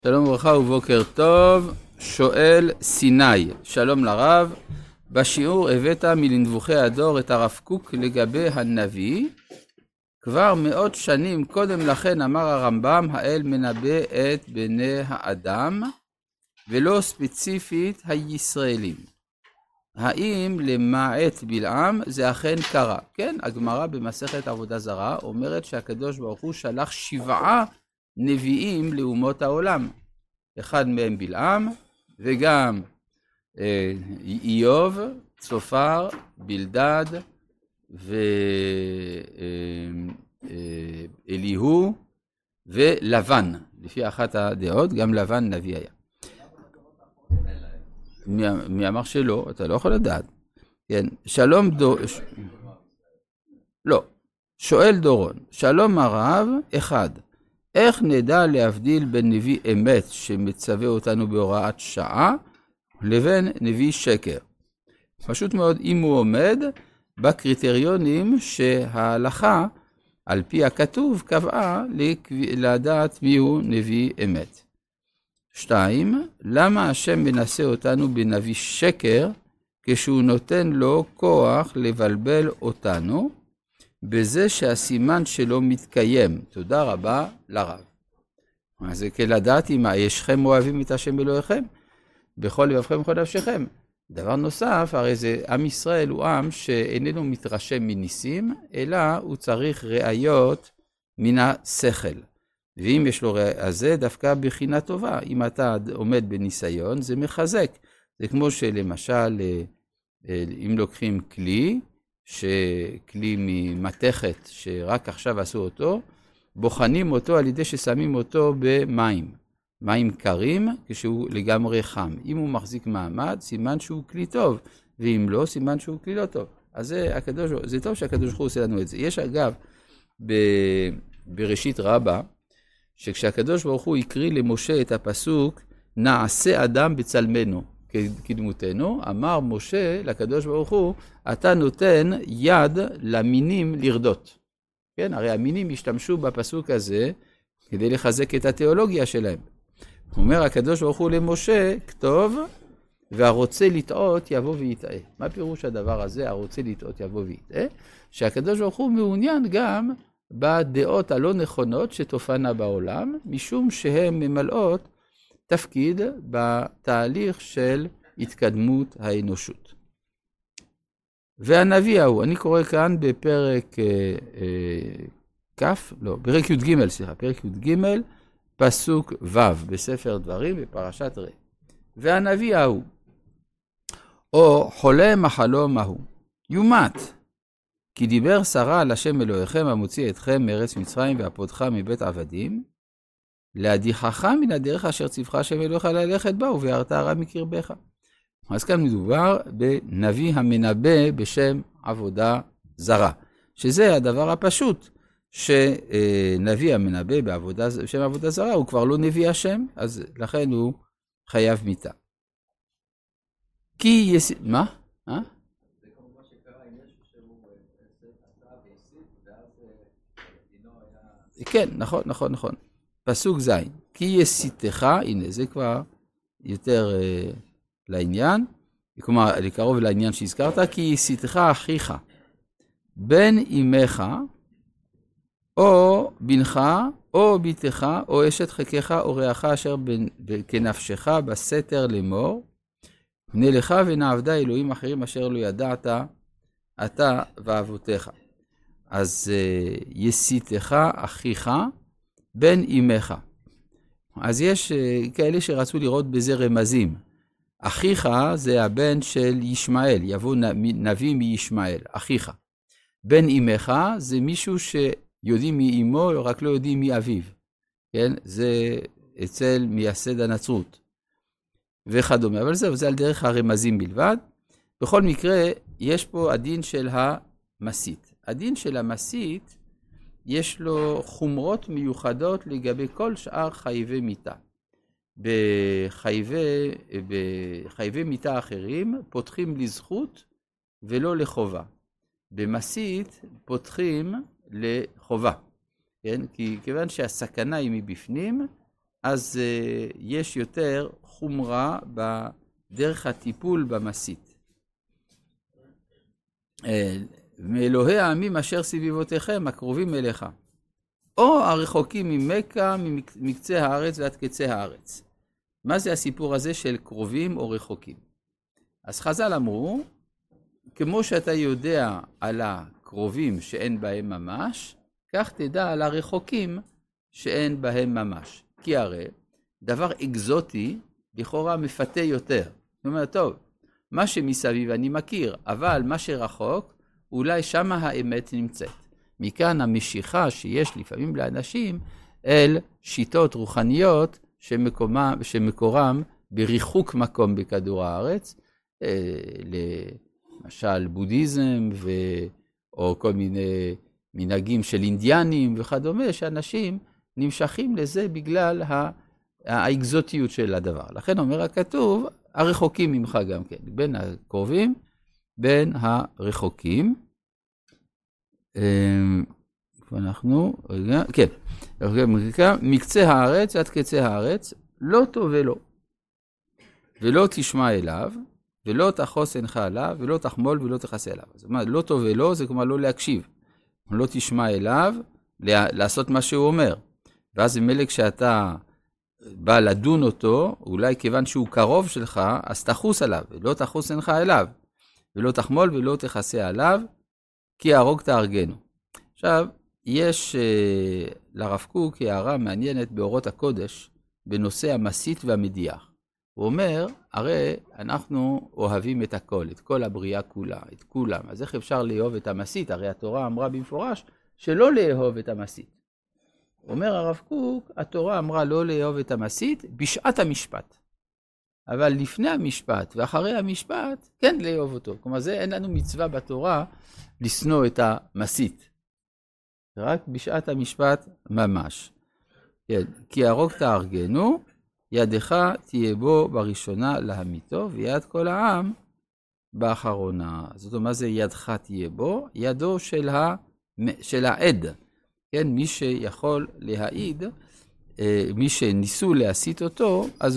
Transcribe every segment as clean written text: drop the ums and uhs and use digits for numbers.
שלום וברכה ובוקר טוב. שואל סיני, שלום לרב. בשיעור הבאת מלנבוכי הדור את הרב קוק לגבי הנביא. כבר מאות שנים קודם לכן אמר הרמב"ם, האל מנבא את בני האדם, ולא ספציפית הישראלים. האם למעט בלעם זה אכן קרה? כן, הגמרא במסכת עבודה זרה אומרת שהקדוש ברוך הוא שלח 7 נביאים לאומות העולם. אחד מהם בלעם, וגם איוב, צופר, בלדד, ואליהו, ולבן. לפי אחת הדעות, גם לבן נביא היה. מי אמר שלא? אתה לא יכול לדעת. כן, שלום לא. שואל דורון, שלום הרב, 1. איך נדע להבדיל בין נביא אמת שמצווה אותנו בהוראת שעה לבין נביא שקר? פשוט מאוד, אם הוא עומד בקריטריונים שההלכה על פי הכתוב קבעה לדעת מיהו נביא אמת. 2. למה השם מנסה אותנו בנביא שקר כשהוא נותן לו כוח לבלבל אותנו בזה שהסימן שלו מתקיים? תודה רבה לרב. אז זה כלדעת אם ישכם אוהבים את השם אלוהיכם בכל לבבכם ובכל נפשכם. דבר נוסף, הרי זה עם ישראל הוא עם שאיננו מתרשם מניסים, אלא הוא צריך ראיות מן השכל. ואם יש לו אז זה דווקא בחינה טובה. אם אתה עומד בניסיון זה מחזק. זה כמו שלמשל אם לוקחים כלי ממתכת שרק עכשיו עשו אותו, בוחנים אותו על ידי ששמים אותו מים קרים כשהוא לגמרי חם. אם הוא מחזיק מעמד, סימן שהוא כלי טוב, ואם לא, סימן שהוא כלי לא טוב. אז זה טוב שהקדוש ברוך הוא עושה לנו את זה. יש אגב בראשית רבה, שכשהקדוש ברוך הוא יקריא למשה את הפסוק, נעשה אדם בצלמנו כדמותנו, אמר משה לקדוש ברוך הוא, אתה נותן יד למינים לרדות. כן, הרי המינים השתמשו בפסוק הזה כדי לחזק את התיאולוגיה שלהם. הוא אומר הקדוש ברוך הוא למשה, כתוב, והרוצה לטעות יבוא ויטעה. מה פירוש הדבר הזה, הרוצה לטעות יבוא ויטעה? שהקדוש ברוך הוא מעוניין גם בדעות הלא נכונות שתופענה בעולם, משום שהן ממלאות תפקיד בתהליך של התקדמות האנושות. והנביא ההוא, אני קורא כאן בפרק פרק י"ג, פסוק ו' בספר דברים בפרשת ראה. והנביא ההוא, או חולם החלום ההוא, יומת, כי דיבר שרה על השם אלוהיכם המוציא אתכם מארץ מצרים והפודך מבית עבדים, להדיחך מן הדרך אשר ציווך השם אלוהיך ללכת בה וביערת הרע מקרבך. אז כאן מדובר בנביא המנבא בשם עבודה זרה, שזה הדבר הפשוט, שנביא המנבא בשם עבודה זרה הוא כבר לא נביא השם, אז לכן הוא חייב מיתה. מה? זה כמו מה שקרה עם ישו שהוא עשה והסית, ואז דינו היה... כן, נכון. פסוק ז', כי יסיתך, הנה זה כבר יותר לעניין, כלומר לקרוב לעניין שהזכרת, כי יסיתך אחיך, בן אמך, או בנך, או ביתך, או אשת חכך, או רעך אשר כנפשך בסתר לאמור, בני לך ונעבדה אלוהים אחרים אשר לא ידעת, אתה ואבותיך. אז יסיתך אחיך, בן אמך. אז יש כאלה שרצו לראות בזה רמזים. אחיך זה הבן של ישמעאל, יבוא נביא מישמעאל, אחיך. בן אמך זה מישהו שיודעים מי אמו, רק לא יודעים מי אביו. כן? זה אצל מייסד הנצרות. וכדומה. אבל זהו, זה על דרך הרמזים בלבד. בכל מקרה, יש פה הדין של המסית. הדין של המסית, יש לו חומרות מיוחדות לגבי כל שאר חייבי מיתה. בחייבי מיתה אחרים פותחים לזכות ולא לחובה. במסית פותחים לחובה. כן? כי כיוון שהסכנה היא מבפנים, אז יש יותר חומרה בדרך הטיפול במסית. מאלוהי העמים אשר סביבותיכם, הקרובים אליך, או הרחוקים ממכה, מקצה הארץ ועד קצה הארץ. מה זה הסיפור הזה של קרובים או רחוקים? אז חז"ל אמרו, כמו שאתה יודע על הקרובים שאין בהם ממש, כך תדע על הרחוקים שאין בהם ממש. כי הרי דבר אקזוטי לכאורה מפתה יותר. זאת אומרת, טוב, מה שמסביב אני מכיר, אבל מה שרחוק, אולי שמה האמת נמצאת. מכאן המשיכה שיש לפעמים לאנשים אל שיטות רוחניות שמקורם בריחוק מקום בכדור הארץ, למשל בודהיזם או כל מיני מנהגים של אינדיאנים וכדומה, שאנשים נמשכים לזה בגלל האקזוטיות של הדבר. לכן אומר הכתוב, הרחוקים ממך גם כן, בין הקרובים, בין הרחוקים. איפה אנחנו? רגע, כן. מקצה הארץ עד קצה הארץ, לא תובלו, ולא תשמע אליו, ולא תחוס עינך עליו, ולא תחמול ולא תכסה אליו. זאת אומרת, לא תובלו, זה כלומר לא להקשיב. לא תשמע אליו, לעשות מה שהוא אומר. ואז במילא כשאתה בא לדון אותו, אולי כיוון שהוא קרוב שלך, אז תחוס עליו, ולא תחוס עינך אליו, ולא תחמול ולא תכסה עליו, כי הרוג תהרגנו. עכשיו, יש לרב קוק הערה מעניינת באורות הקודש, בנושא המסית והמדיח. הוא אומר, הרי אנחנו אוהבים את הכל, את כל הבריאה כולה, את כולם. אז איך אפשר לאהוב את המסית? הרי התורה אמרה במפורש שלא לאהוב את המסית. אומר הרב קוק, התורה אמרה לא לאהוב את המסית בשעת המשפט. אבל לפני המשפט ואחרי המשפט, כן לאהוב אותו. כלומר, זה אין לנו מצווה בתורה לשנוא את המסית. רק בשעת המשפט ממש. כן, כי הרוג תהרגנו, ידך תהיה בו בראשונה להמיתו, ויד כל העם באחרונה. זאת אומרת, מה זה ידך תהיה בו? ידו של העד. כן, מי שיכול להעיד, מי שניסו להסית אותו, אז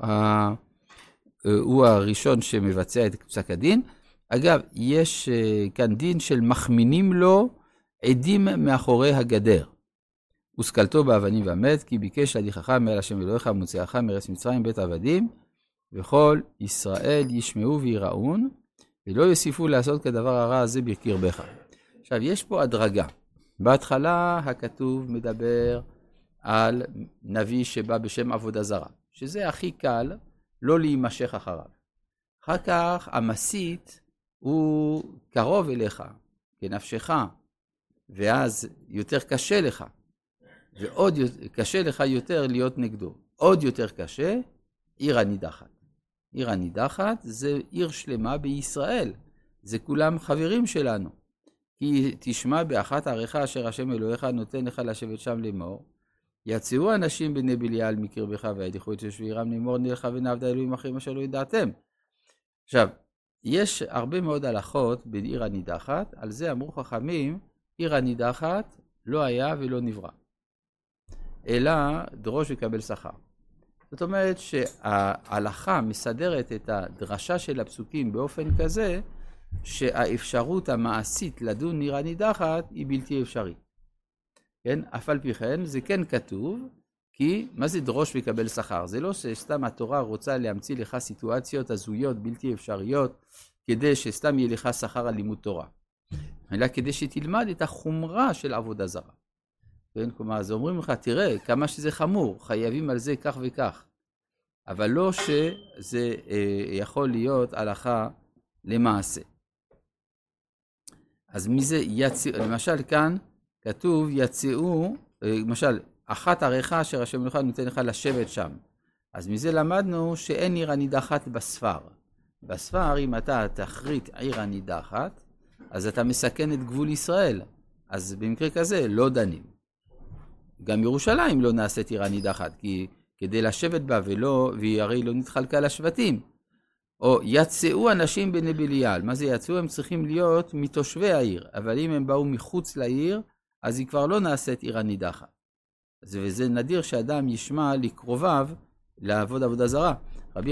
הוא הראשון שמבצע את פסק הדין. אגב, יש כאן דין של מחמינים לו עדים מאחורי הגדר. וסקלתו באבנים ומת, כי ביקש להדיחך מעל השם אלוהיך ומוציאך מארץ מצרים בית עבדים, וכל ישראל ישמעו ויראון, ולא יוסיפו לעשות כדבר הרע הזה בקרבך. עכשיו, יש פה הדרגה. בהתחלה הכתוב מדבר על נביא שבא בשם עבודה זרה, שזה הכי קל לא להימשך אחריו. אחר כך המסית הוא קרוב אליך, כנפשך, ואז יותר קשה לך, ועוד קשה לך יותר להיות נגדו. עוד יותר קשה, עיר הנידחת. עיר הנידחת זה עיר שלמה בישראל, זה כולם חברים שלנו. כי תשמע באחת עריך אשר השם אלוהיך נותן לך לשבת שם לאמור, יצאו אנשים בני בליעל מקרבך וידיחו את יושבי עירם לאמור נלך ונעבדה אלוהים אחרים אשר לא ידעתם. עכשיו, יש הרבה מאוד הלכות בעיר הנידחת, על זה אמרו חכמים, עיר הנידחת לא היה ולא נברא, אלא דרוש וקבל שכר. זאת אומרת שההלכה מסדרת את הדרשה של הפסוקים באופן כזה, שהאפשרות המעשית לדון עיר הנידחת היא בלתי אפשרית. כן? אף על פי כן, זה כן כתוב, כי מה זה דרוש וקבל שכר? זה לא שסתם התורה רוצה להמציא לך סיטואציות הזויות בלתי אפשריות, כדי שסתם יהיה לך שכר על לימוד תורה. אלא כדי שתלמד את החומרה של עבודה זרה. כן? כלומר, אז אומרים לך, תראה כמה שזה חמור, חייבים על זה כך וכך. אבל לא שזה יכול להיות הלכה למעשה. אז מזה יצאו, למשל כאן כתוב יצאו, למשל, אחת עריך אשר השם אלוהיך נותן לך לשבת שם. אז מזה למדנו שאין עיר הנידחת בספר. בספר, אם אתה תחריט עיר הנידחת, אז אתה מסכן את גבול ישראל. אז במקרה כזה לא דנים. גם ירושלים לא נעשית עיר הנידחת, כי כדי לשבת בה והיא הרי לא נתחלקה לשבטים. או יצאו אנשים בני בליעל. מה זה יצאו? הם צריכים להיות מתושבי העיר. אבל אם הם באו מחוץ לעיר, אז היא כבר לא נעשית עיר הנידחת. וזה נדיר שאדם ישמע לקרוביו לעבוד עבודה זרה. רבי